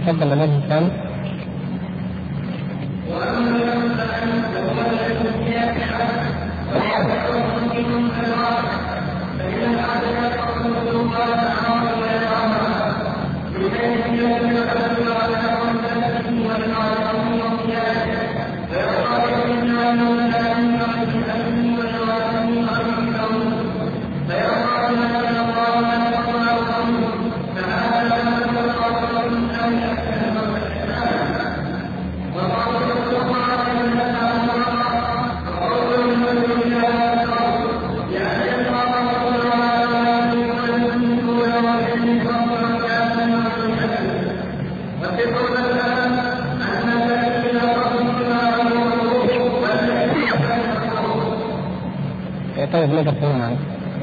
تفضل الوجه الثاني. طيب نقدر نسمع معك.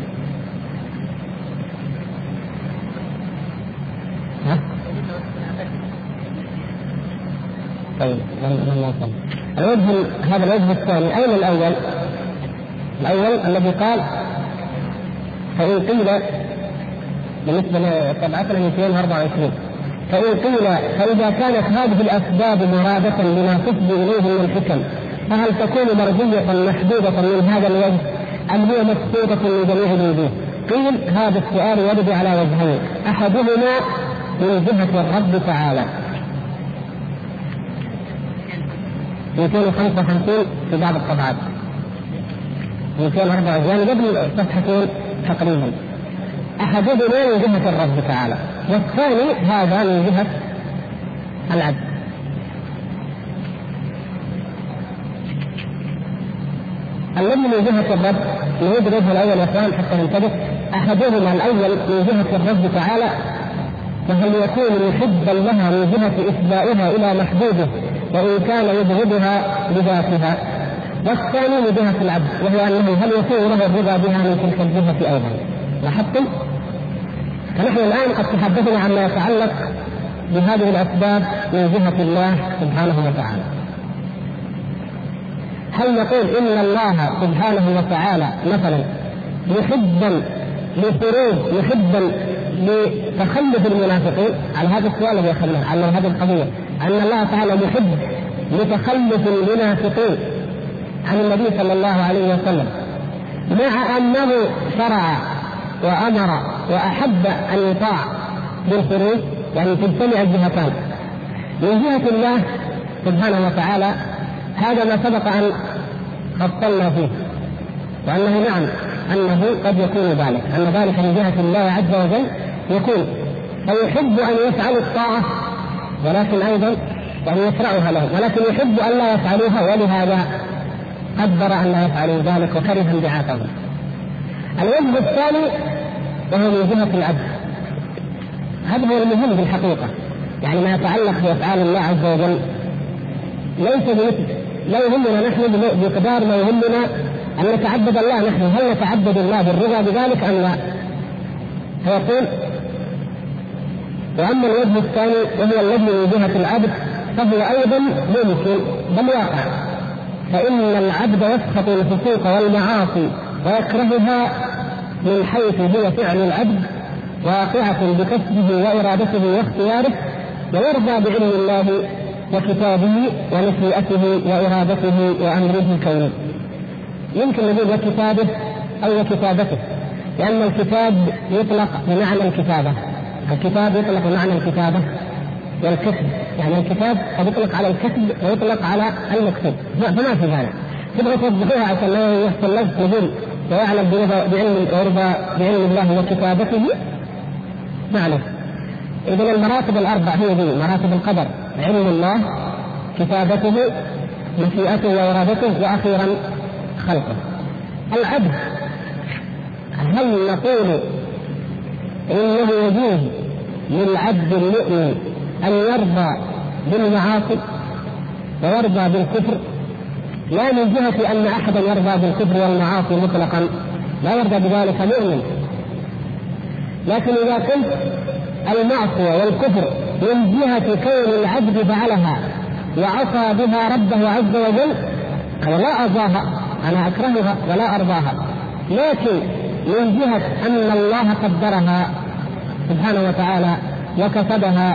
طيب الوجه هذا الوجه الثاني. أين الأول؟ الأول الذي قال فإن قيل بالنسبة لطبعتنا 224 فإن قيل فإذا كانت هذه الأسباب مرادة لما تفضي إليه من الحكم فهل تكون مرجية محدودة من هذا الوجه أم هي مبسوطة من جميع الوجوه؟ قيل هذا السؤال يرد على وجهين، أحدهما من جهة الرب تعالى 255 في بعض الطبعات 224 يعني قبل صفحتين تقريبا. أحدهما من جهة الرب تعالى والثاني هذا من جهة العبد. الذي من جهة الرب نريد الوجه الأول يا إخوان حتى ننتبه. أحدهما الأول من جهة الرب تعالى فهل يكون محبا لها من جهة إفضائها إلى محبوبه وإن كان يبغضها بذاتها، والثاني من جهة العبد وهو أنه هل يكون له الرضا بها من تلك الجهة أيضا. لاحظتم؟ فنحن الآن قد تحدثنا عما يتعلق بهذه الأسباب من جهة الله سبحانه وتعالى. هل نقول إن الله سبحانه وتعالى مثلا محبا لخروج محبا لتخلف المنافقين؟ على هذا السؤال الذي أخذناه على هذه القضية أن الله تعالى محب لتخلف المنافقين عن النبي صلى الله عليه وسلم مع أنه شرع وأمر وأحب أن يطاع بالخروج، يعني تجتمع الجهتان. من جهة الله سبحانه وتعالى هذا ما سبق أن فصلنا فيه، وأنه نعم أنه قد يكون ذلك، أن ذلك من جهة الله عز وجل يكون فيحب أن يفعل الطاعة ولكن أيضا يعني يشرعها لهم، ولكن يحب أن لا يفعلوها ولهذا قدر أن لا يفعلوا ذلك وكره انبعاثهم. الوجه الثاني وهو من جهة العبد، هذا هو المهم بالحقيقة، يعني ما يتعلق بأفعال الله عز وجل ليس بمثل لا يهمنا نحن بقدار ما يهمنا أن نتعبد الله نحن. هل نتعبد الله بالرضا بذلك أم لا؟ فيقول وأما الوجه الثاني وهو الذي من جهة العبد فهو أيضا ممكن بل واقع، فإن العبد يسخط الفسوق والمعاصي ويكرهها من حيث هي فعل العبد واقعة بكسبه وإرادته واختياره، ويرضى بعلم الله وكتابه ومشيئته وإرادته وأمره الكوني. يمكن نقول وكتابه أو وكتابته، لأن الكتاب يطلق بمعنى الكتابة، الكتاب يطلق بمعنى الكتابة والكتب، يعني الكتاب قد يطلق على الكتب ويطلق على المكتوب، فما في ذلك. تبغى توضحوها عشان لا يحصل لك نقول ويعلم ويرضى بعلم الله وكتابته معلش. إذن المراتب الأربع هي ذي مراتب القدر: علم الله، كتابته، مشيئته وإرادته، وأخيرا خلقه. العبد هل نقول إنه يجوز للعبد المؤمن أن يرضى بالمعاصي ويرضى بالكفر؟ لا من جهة أن أحدا يرضى بالكفر والمعاصي مطلقا، لا يرضى بذلك مؤمن، لكن إذا قلت المعصية والكفر من جهة كون العبد فعلها وعصى بها ربه عز وجل، أنا لا أرضاها، أنا أكرهها ولا أرضاها، لكن من جهة أن الله قدرها سبحانه وتعالى وكتبها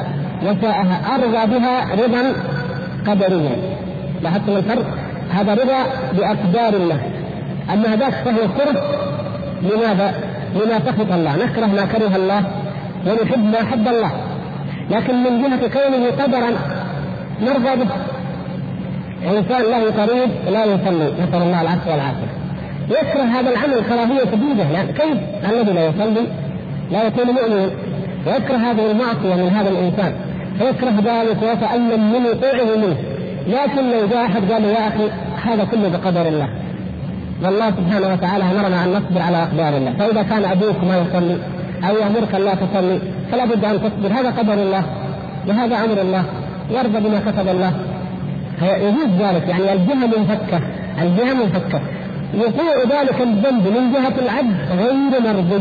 وشاءها أرضى بها رضا قدريا. لاحظتم الفرق؟ هذا رضا بأقدار الله، أما هذاك فهو كره. لماذا؟ لما سخط الله، نكره ما كره الله ونحب ما حب الله. لكن من جهة كونه قدرا نرضى به. إنسان له طريق لا يصلي، نسأل الله العفو والعافية، يكره هذا العمل كراهية شديدة، يعني كيف الذي لا يصلي لا يكون مؤمنا؟ ويكره هذه المعصية من هذا الإنسان، فيكره ذلك ويتألم من وقوعه منه. لكن لو جاء أحد قال يا أخي هذا كله بقدر الله، والله سبحانه وتعالى أمرنا أن نصبر على أقدار الله، فإذا كان أبوك ما يصلي أو يأمرك لا تصلي فلا بد أن تصبر، هذا قدر الله وهذا أمر الله، يرضى بما كتب الله، يجوز ذلك. يعني الجهة منفكة، الجهة منفكة. وقوع ذلك الذنب من جهة العبد غير مرضي،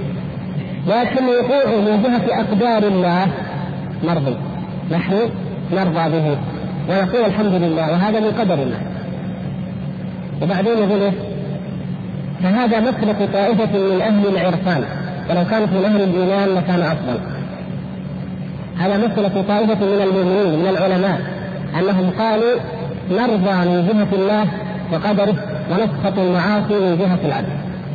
لكن وقوعه من جهة أقدار الله مرضي، نحن نرضى به ونقول الحمد لله وهذا من قدر الله. وبعدين يقول فهذا مسلك طائفة من أهل العرفان، ولو كانت من أهل الإيمان لكان أفضل. هذا مسلك طائفة من المؤمنين من العلماء، أنهم قالوا نرضى من جهة الله وقدره ونسخط المعاصي من جهة العبد.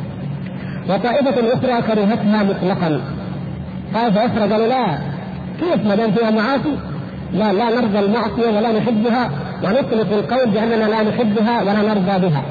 وطائفة أخرى كرهتها مطلقا، طائفة أخرى قالوا لا، كيف ما دام فيها معاصي لا نرضى المعصية ولا نحبها، ونطلق القول بأننا لا نحبها ولا نرضى بها.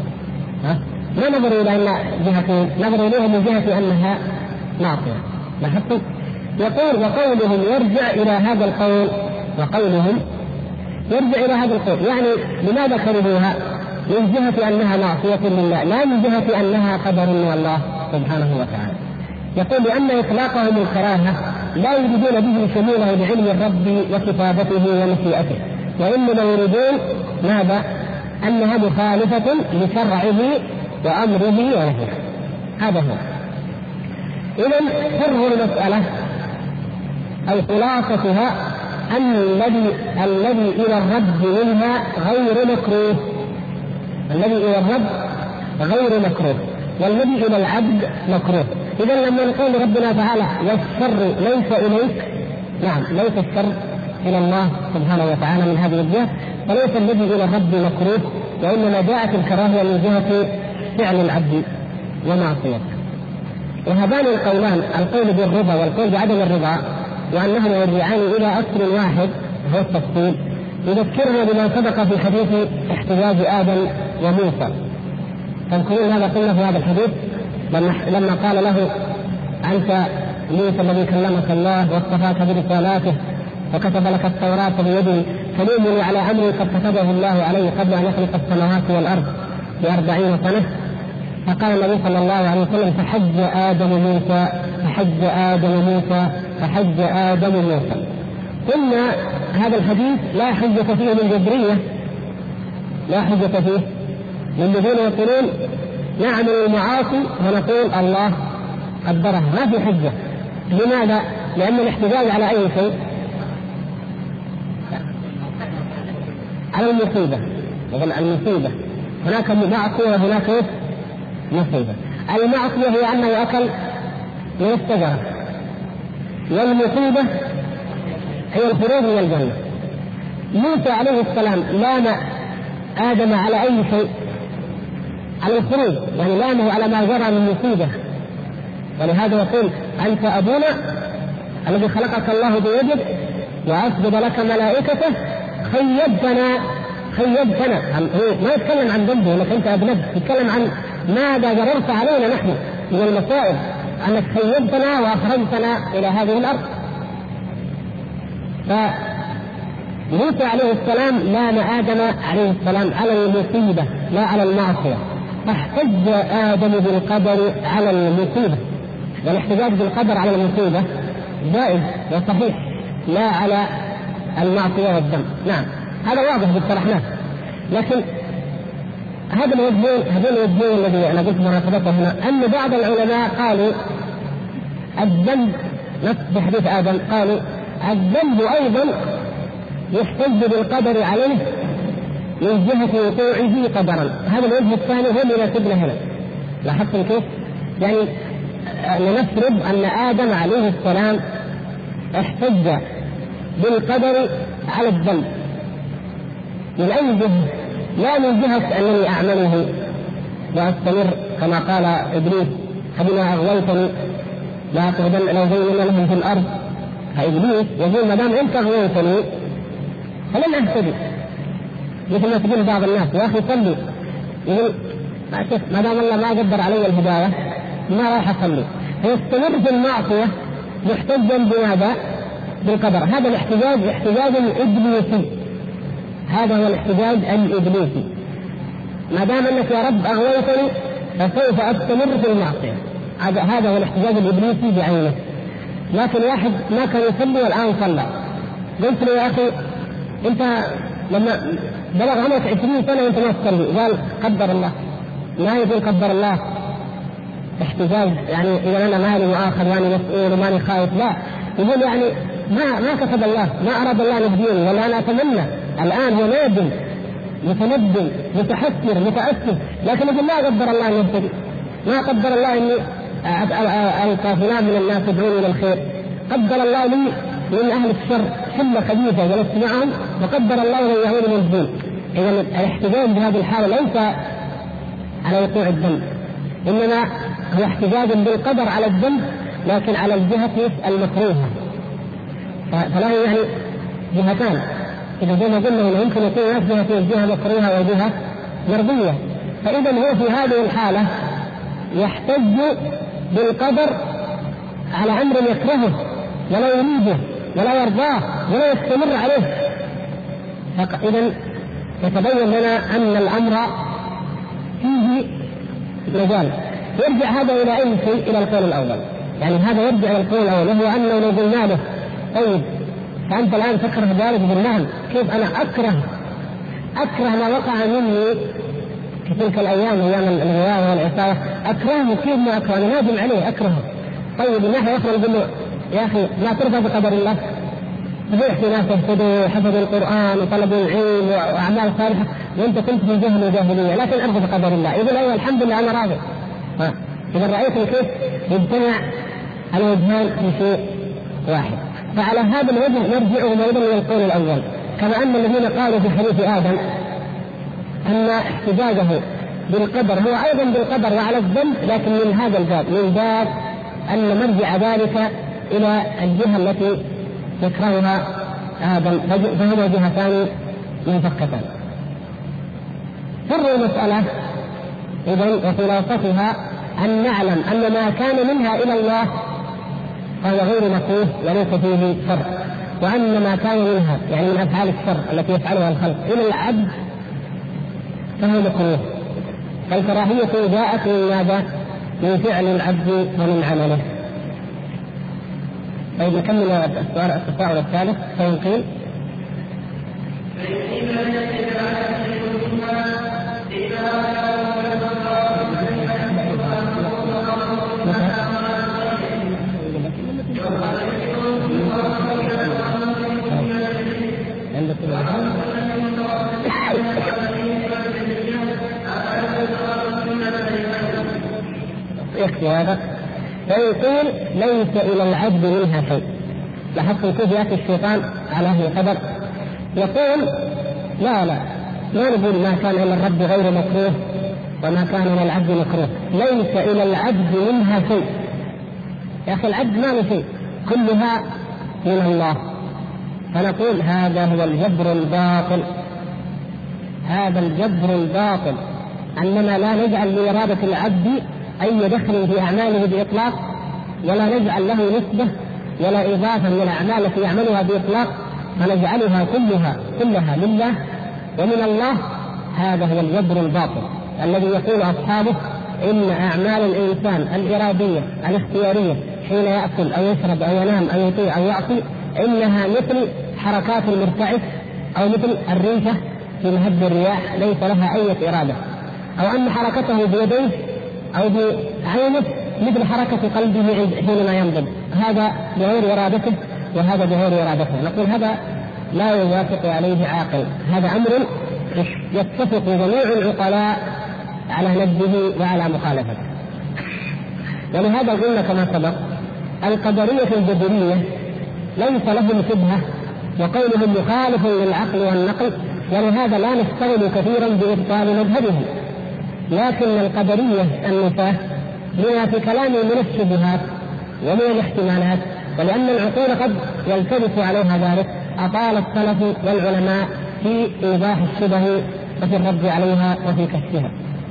ما نظر إلى أن جهة، نظر إليها من جهة أنها معصية. لاحظتم؟ يقول وقولهم يرجع إلى هذا القول، وقولهم يرجع إلى هذا القول، يعني لماذا كرهوها؟ من جهة أنها معصية لله، لا من جهة أنها قدر من الله سبحانه وتعالى. يقول لأن إطلاقهم الكراهة لا يريدون به شموله لعلم الرب وكتابته ومشيئته، وإنما يريدون ماذا؟ أنها مخالفة لشرعه وأمره ونهيه. هذا هو. إذن سر المسألة أو خلاصتها أن الذي إلى الرب منها غير مكروه، الذي إلى الرب غير مكروه، والذي إلى العبد مكروه. إذا لما نقول ربنا تعالى والشر ليس إليك، نعم ليس الشر إلى الله سبحانه وتعالى من هذه الجهة، فليس الذي إلى الرب مكروه، وإنما جاءت الكراهية من جهة فعل العبد ومعصيته. وهذان القولان، القول بالرضا والقول بعدم الرضا، وأنهما يرجعان إلى أصل واحد هو التفصيل، يذكرنا بما سبق في حديث احتجاج آدم وموسى. تذكرون هذا قلنا في هذا الحديث لما قال له أنت موسى الذي كلمك الله واصطفاك برسالاته وكتب لك التوراة بيده، فليمني على أمر قد كتبه الله عليه قبل أن يخلق السماوات والأرض ب40 سنة. فقال النبي صلى الله عليه وسلم فحج آدم موسى فحج آدم موسى فحج آدم موسى. قلنا هذا الحديث لا حجة فيه للجبرية، لا حجة فيه للذين يقولون نعمل المعاصي ونقول الله قدرها، ما في حجة. لماذا؟ لأن الاحتجاج على أي شيء؟ على المصيبة. المصيبة هناك معصية وهناك مصيبة. المعصية هي أنه أكل من الشجرة، والمصيبة هي الخروج من الجنة. موسى عليه السلام لام آدم على أي شيء؟ على الخروج، يعني لامه على ما جرى من مصيبة. ولهذا يقول أنت أبونا الذي خلقك الله بيده وأسجد لك ملائكته خيبتنا. ما يتكلم عن ذنبه لك أنت أبنك، يتكلم عن ماذا جررت علينا نحن من المصائب، أنك خيبتنا وأخرجتنا إلى هذه الأرض. فموسى عليه السلام لام آدم عليه السلام على المصيبة لا على المعصية، فاحتج آدم بالقدر على المصيبة، والاحتجاج بالقدر على المصيبة جائز وصحيح لا على المعصية والذنب. نعم هذا واضح بالصرحناه. لكن هذا الوجهين الذي أنا قلت مناسبته هنا، أن بعض العلماء قالوا الذنب نفس بحديث آدم، قالوا الذنب أيضا يحتج بالقدر عليه من جهة وقوعه قدرا. هذا الوجه الثاني هو اللي يناسبنا هنا. لاحظتم كيف؟ يعني لنفرض أن آدم عليه السلام احتج بالقدر على الذنب من أي جهة؟ لا من جهة أنني أعمله وأستمر كما قال إبليس فبما أغويتني لا تغدن لو زين لهم في الأرض، فإبليس يقول ما دام أنت أغويتني فلن أهتدي. مثل ما تقول بعض الناس يا أخي صلي، يقول ما دام الله ما قدر علي الهداية ما راح أصلي، فيستمر في المعصية محتجا بماذا؟ بالقدر. هذا الاحتجاج احتجاج إبليسي، هذا هو الاحتجاج الإبليسي. ما دام أنك يا رب أغويتني فسوف أستمر في المعصية، هذا هو الاحتجاج الإبليسي بعينه. لكن واحد ما كان يصلي والآن صلى، قلت له يا أخي أنت لما بلغ عمرك 20 سنة وأنت ما تصلي، قال قدر الله. ما يقول قدر الله احتجاج يعني إذا أنا مالي وآخر وأنا مسؤول وماني خايف، لا، يقول يعني ما كتب الله، ما أراد الله يهديني، ولا أنا أتمنى. الآن هو نادم متندم متحسر متأسف، لكن يقول لا قدر الله أن يهتدي، ما قدر الله أني ألقى فلان من الناس يدعوني إلى الخير، قدر الله لي من أهل الشر حمى خبيثة جلست معهم وقدر الله أن يعود من الدين. إذا الاحتجاج بهذه الحالة ليس على وقوع الذنب، إنما هو احتجاج بالقدر على الذنب لكن على الجهة المكروهة. فله يعني جهتان، إذا زي ما قلنا يمكن يكون هناك جهة مكروهة وجهة مرضية. فإذا هو في هذه الحالة يحتج بالقدر على أمر يكرهه ولا يريده ولا يرضاه ولا يستمر عليه. إذا يتبين لنا أن الأمر فيه مجال. يرجع هذا إلى أي شيء؟ إلى القول الأول. يعني هذا يرجع إلى القول الأول، وهو أنه لو قلنا له طيب فأنت الآن تكره ذلك بالله، كيف أنا أكره ما وقع مني في تلك الأيام أيام الغواية والعصاية، أكرهه كيف ما أكره، أنا نادم عليه أكرهه. طيب الناحية أخرى يقول له يا أخي لا ترضى بقدر الله، فبيحكي ناس يهتدوا حفظوا القرآن وطلبوا العلم وأعمال صالحة وأنت كنت في جهل وجاهلية، لكن أرضى بقدر الله. يقول أيوة الحمد لله أنا راضي. إذا رأيتم كيف يجتمع الوجهان في شيء واحد. فعلى هذا الوجه نرجع أيضا إلى القول الأول، كما أن الذين قالوا في حديث آدم أن احتجاجه بالقدر هو أيضا بالقدر وعلى الذنب، لكن من هذا الباب، من باب أن مرجع ذلك إلى الجهة التي يكرهها آدم، فهما جهتان منفكتان. سر المسألة إذن وخلاصتها أن نعلم أن ما كان منها إلى الله فهو غير مكروه وليس فيه شر، وأن ما كان منها يعني من أفعال الشر التي يفعلها الخلق إلى العبد فهو مكروه. فالكراهية جاءت من ماذا؟ من فعل العبد ومن عمله. طيب نكمل التساؤل الثالث. فيقول يكفي هذا. فيقول ليس إلى العبد منها شيء. لاحظتم كيف يأتي الشيطان على هذه الخبر؟ يقول لا ما نقول ما كان إلى الرب غير مكروه وما كان إلى العبد مكروه، ليس إلى العبد منها شيء. يا أخي العبد ما له شيء، كلها من الله. فنقول هذا هو الجبر الباطل، هذا الجبر الباطل، أننا لا نجعل لإرادة العبد أي دخل في أعماله بإطلاق، ولا نجعل له نسبة ولا إضافة من الأعمال التي يعملها بإطلاق، فنجعلها كلها لله ومن الله. هذا هو الجبر الباطل الذي يقول أصحابه إن أعمال الإنسان الإرادية الاختيارية حين يأكل أو يشرب أو ينام أو يطيع أو يعصي إنها مثل حركات المرتعش أو مثل الريشة في مهب الرياح ليس لها أي إرادة، أو أن حركته بيديه أو بعينه مثل حركة قلبه حينما ينضج، هذا بغير إرادته وهذا بغير إرادته. نقول هذا لا يوافق عليه عاقل، هذا أمر يتفق جميع العقلاء على نبذه وعلى مخالفته. ولهذا قلنا كما سبق القدرية الجبرية ليس لهم شبهة وقولهم مخالف للعقل والنقل، ولهذا لا نشتغل كثيرا بإبطال مذهبهم. لكن القدرية النفاة لما في كلامه من الشبهات ومن الاحتمالات، ولأن العقول قد يلتبس عليها ذلك، أطال السلف والعلماء في إيضاح الشبه وفي الرد عليها وفي كشفها.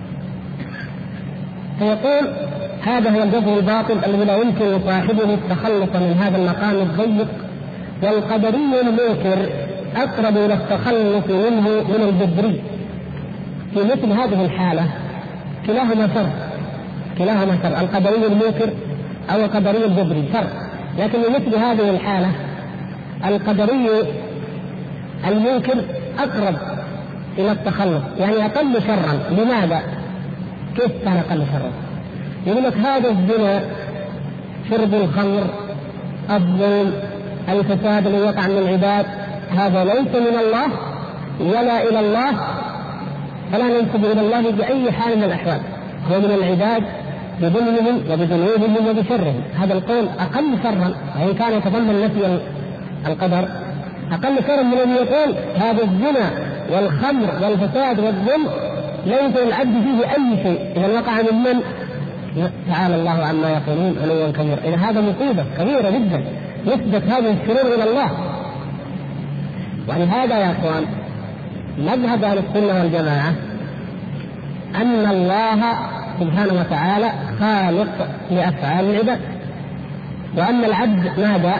فيقول هذا هو الجزء الباطل الذي لا يمكن لصاحبه التخلص من هذا المقام الضيق، والقدري المنكر أقرب إلى التخلص منه من الجبري. في مثل هذه الحالة كلاهما شر، القدري المنكر أو القدري الجبري شر، لكن في مثل هذه الحالة القدري المنكر أقرب إلى التخلص، يعني أقل شرا. لماذا؟ كيف كان أقل شرا؟ يقول لك هذا الزنا، شرب الخمر، الظلم، الفساد الذي يقع من العباد، هذا ليس من الله ولا إلى الله، فلا ننسب إلى الله بأي حال من الأحوال، هو من العباد بظلمهم وبذنوبهم وبشرهم. هذا القول أقل شرا، وإن كان يتضمن نفي القدر، أقل شرا من أن يقول هذا الزنا والخمر والفساد والظلم ليس العبد فيه أي شيء، إذا وقع من تعالى الله عما يقولون علوا كبيرا. إذا هذا مصيبة كبيرة جدا، يثبت هذه الشرور إلى الله. ولهذا يا أخوان مذهب أهل السنة والجماعة أن الله سبحانه وتعالى خالق لأفعال العباد، وأن العبد ماذا؟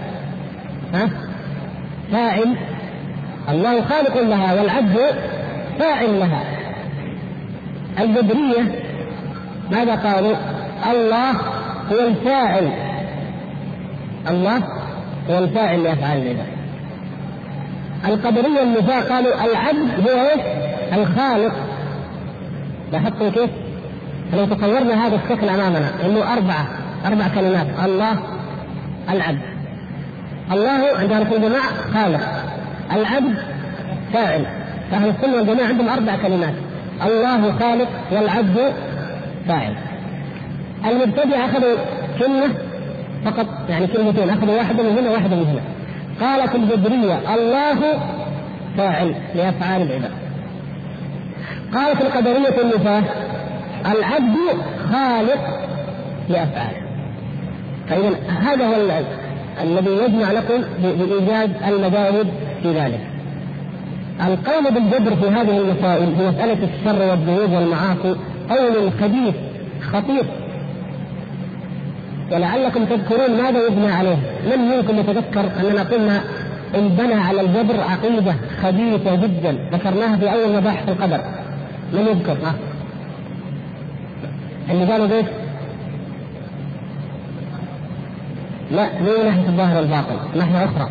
فاعل. الله خالق لها والعبد فاعل لها. الجبرية ماذا قالوا؟ الله هو الفاعل، الله هو الفاعل لأفعال العباد. القدرية النفاة قالوا العبد هو الخالق. لاحظتوا كيف؟ لو تصورنا هذا الشكل أمامنا إنه أربع كلمات: الله، العبد. الله عند أهل السنة والجماعة خالق، العبد فاعل. فأهل السنة والجماعة عندهم 4 كلمات: الله خالق والعبد فاعل. المبتدع أخذوا كلمة فقط، يعني كلمتين، أخذوا واحدة من هنا واحدة من هنا. قالت الجبرية الله فاعل لأفعال العباد. قالت القدرية النفاة العبد خالق لأفعاله. فإذا هذا هو الذي يجمع لكم بإيجاد المذاهب في ذلك. القول بالجبر في هذه المسائل في مسألة الشر والذنوب والمعاصي قول خبيث خطير، ولعلكم تذكرون ماذا يبنى عليه. من منكم يتذكر أننا قلنا إن بنى على الجبر عقيدة خبيثة جدا ذكرناها في أول مباحث القدر؟ من يذكر؟ اللي قالوا بيت لا، مو ناحية الظاهر والباطن، ناحية أخرى.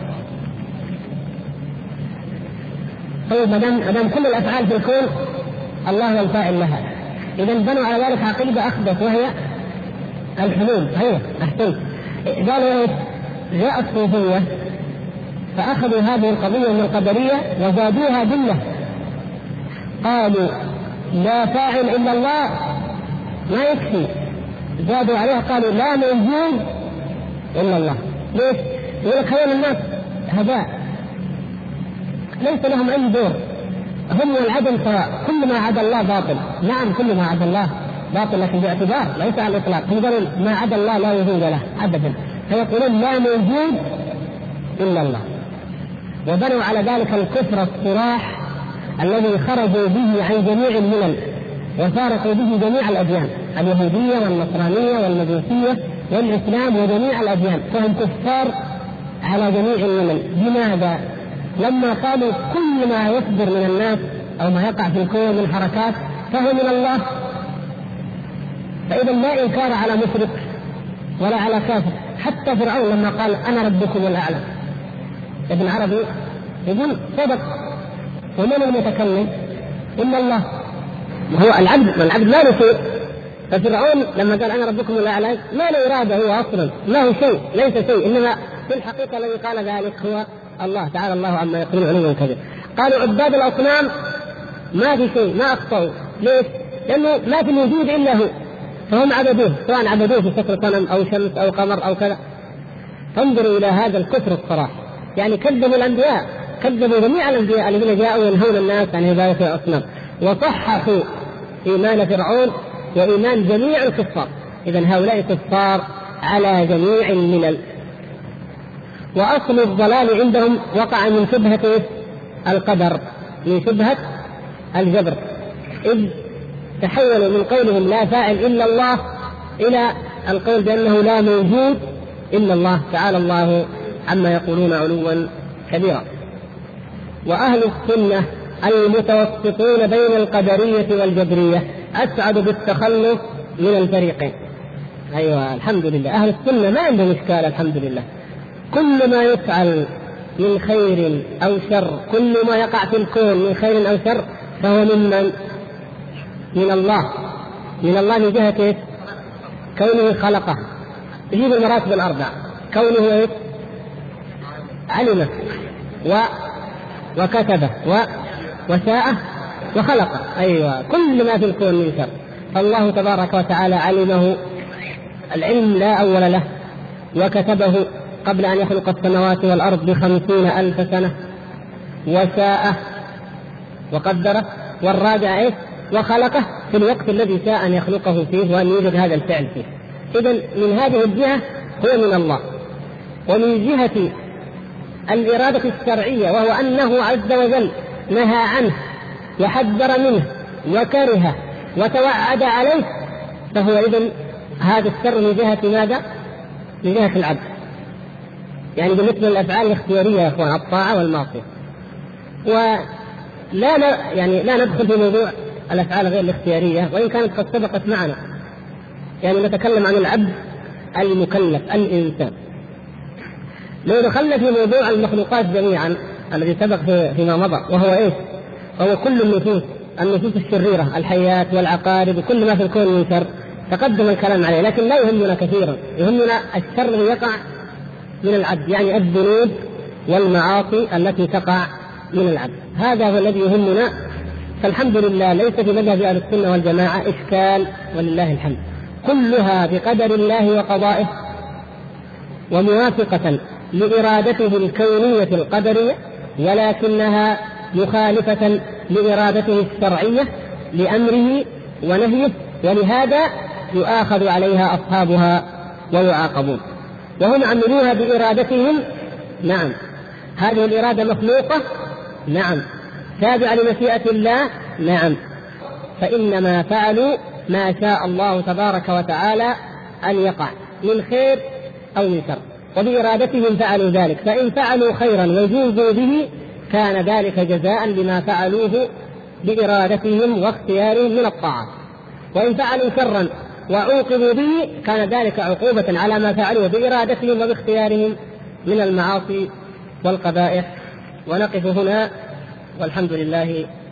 طيب مدام كل الأفعال في الكون الله هو الفاعل لها، إذا بنوا على ذلك عقيدة أخبث وهي الحلول. هي أحسنت. قالوا جاء الصوفية فأخذوا هذه القضية من القدرية وزادوها بالله، قالوا لا فاعل إلا الله، ما يكفي، زادوا عليها قالوا لا موجود إلا الله. ليش؟ يقول لك هؤلاء الناس هداء ليس لهم أي دور، هم والعدم سواء، كل ما عدا الله باطل. نعم كل ما عدا الله باطل، لكن باعتبار ليس على الإطلاق. هم قالوا ما عدا الله لا وجود له أبدا، فيقولون لا موجود إلا الله. وبنوا على ذلك الكفر الصراح الذي خرجوا به عن جميع الملل وفارقوا به جميع الأديان، اليهودية والنصرانية والمجوسية والإسلام وجميع الأديان، فهم كفار على جميع الملل. لماذا؟ لما قالوا كل ما يصدر من الناس أو ما يقع في الكون من حركات فهو من الله. فإذا لا إنكار على مشرك ولا على كافر. حتى فرعون لما قال أنا ربكم الأعلى، ابن عربي يقول صدق. ومن المتكلم؟ إلا الله. وهو العبد، والعبد لا له شيء. ففرعون لما قال أنا ربكم الأعلى ما له إرادة، هو أصلا ما هو شيء، ليس شيء، إنما في الحقيقة الذي قال ذلك هو الله تعالى الله عما يقولون علوا كبيرا. قالوا عباد الأصنام ما في شيء، ما أخطأوا. ليش؟ لأنه ما في الوجود إلا هو، فهم عبدوه، سواء عبدوه في شكل صنم أو شمس أو قمر أو كذا. فانظروا إلى هذا الكفر الصراح. يعني كذبوا الأنبياء، كذبوا جميع الأنبياء الذين جاءوا ينهون الناس عن عبادة الأصنام، وصححوا إيمان فرعون وإيمان جميع الكفار. إذن هؤلاء كفار على جميع الملل. وأصل الضلال عندهم وقع من شبهة القدر، من شبهة الجبر، إذ تحولوا من قولهم لا فاعل إلا الله إلى القول بأنه لا موجود إلا الله، تعالى الله عما يقولون علوا كبيرا. وأهل السنة المتوسطون بين القدرية والجبرية أسعد بالتخلص من الفريقين. أيوة الحمد لله، أهل السنة ما عندهم إشكال الحمد لله. كل ما يفعل من خير أو شر، كل ما يقع في الكون من خير أو شر فهو من الله، من الله من جهة كونه خلقه. يجيب المراتب الأربع، كونه علمه وكتبه وشاءه وخلقه. أيوة كل ما في الكون من شر فالله تبارك وتعالى علمه العلم لا أول له، وكتبه قبل أن يخلق السماوات والأرض ب50,000 سنة، وشاءه وقدره، والرابع وخلقه في الوقت الذي شاء أن يخلقه فيه وأن يوجد هذا الفعل فيه. إذن من هذه الجهة هو من الله. ومن جهة الإرادة الشرعية وهو أنه عز وجل نهى عنه وحذر منه وكره وتوعد عليه، فهو إذن هذا الشر من جهة ماذا؟ من جهة العبد. يعني بالنسبة للأفعال الاختيارية يا أخوان، الطاعة والمعصية. لا ندخل في موضوع الأفعال غير الاختيارية وإن كانت قد سبقت معنا، يعني نتكلم عن العبد المكلف الإنسان. لو دخلنا في موضوع المخلوقات جميعا الذي سبق فيما مضى، وهو وهو كل النفوس الشريرة، الحيات والعقارب وكل ما في الكون من شر، تقدم الكلام عليه، لكن لا يهمنا كثيرا، يهمنا الشر الذي يقع من العبد، يعني الذنوب والمعاصي التي تقع من العبد، هذا هو الذي يهمنا. فالحمد لله ليس في مذهب أهل السنة والجماعة إشكال ولله الحمد، كلها بقدر الله وقضائه وموافقة لإرادته الكونية القدرية، ولكنها مخالفة لإرادته الشرعية لأمره ونهيه، ولهذا يؤاخذ عليها أصحابها ويعاقبون. وهم عملوها بإرادتهم، نعم. هذه الإرادة مخلوقة، نعم. تابعة لمشيئة الله، نعم. فإنما فعلوا ما شاء الله تبارك وتعالى أن يقع من خير أو من شر، وبإرادتهم فعلوا ذلك. فإن فعلوا خيرا وجوزوا به كان ذلك جزاء لما فعلوه بإرادتهم واختيارهم من الطاعة، وإن فعلوا شرا وعوقبوا به كان ذلك عقوبة على ما فعلوه بإرادتهم وباختيارهم من المعاصي والقبائح. ونقف هنا والحمد لله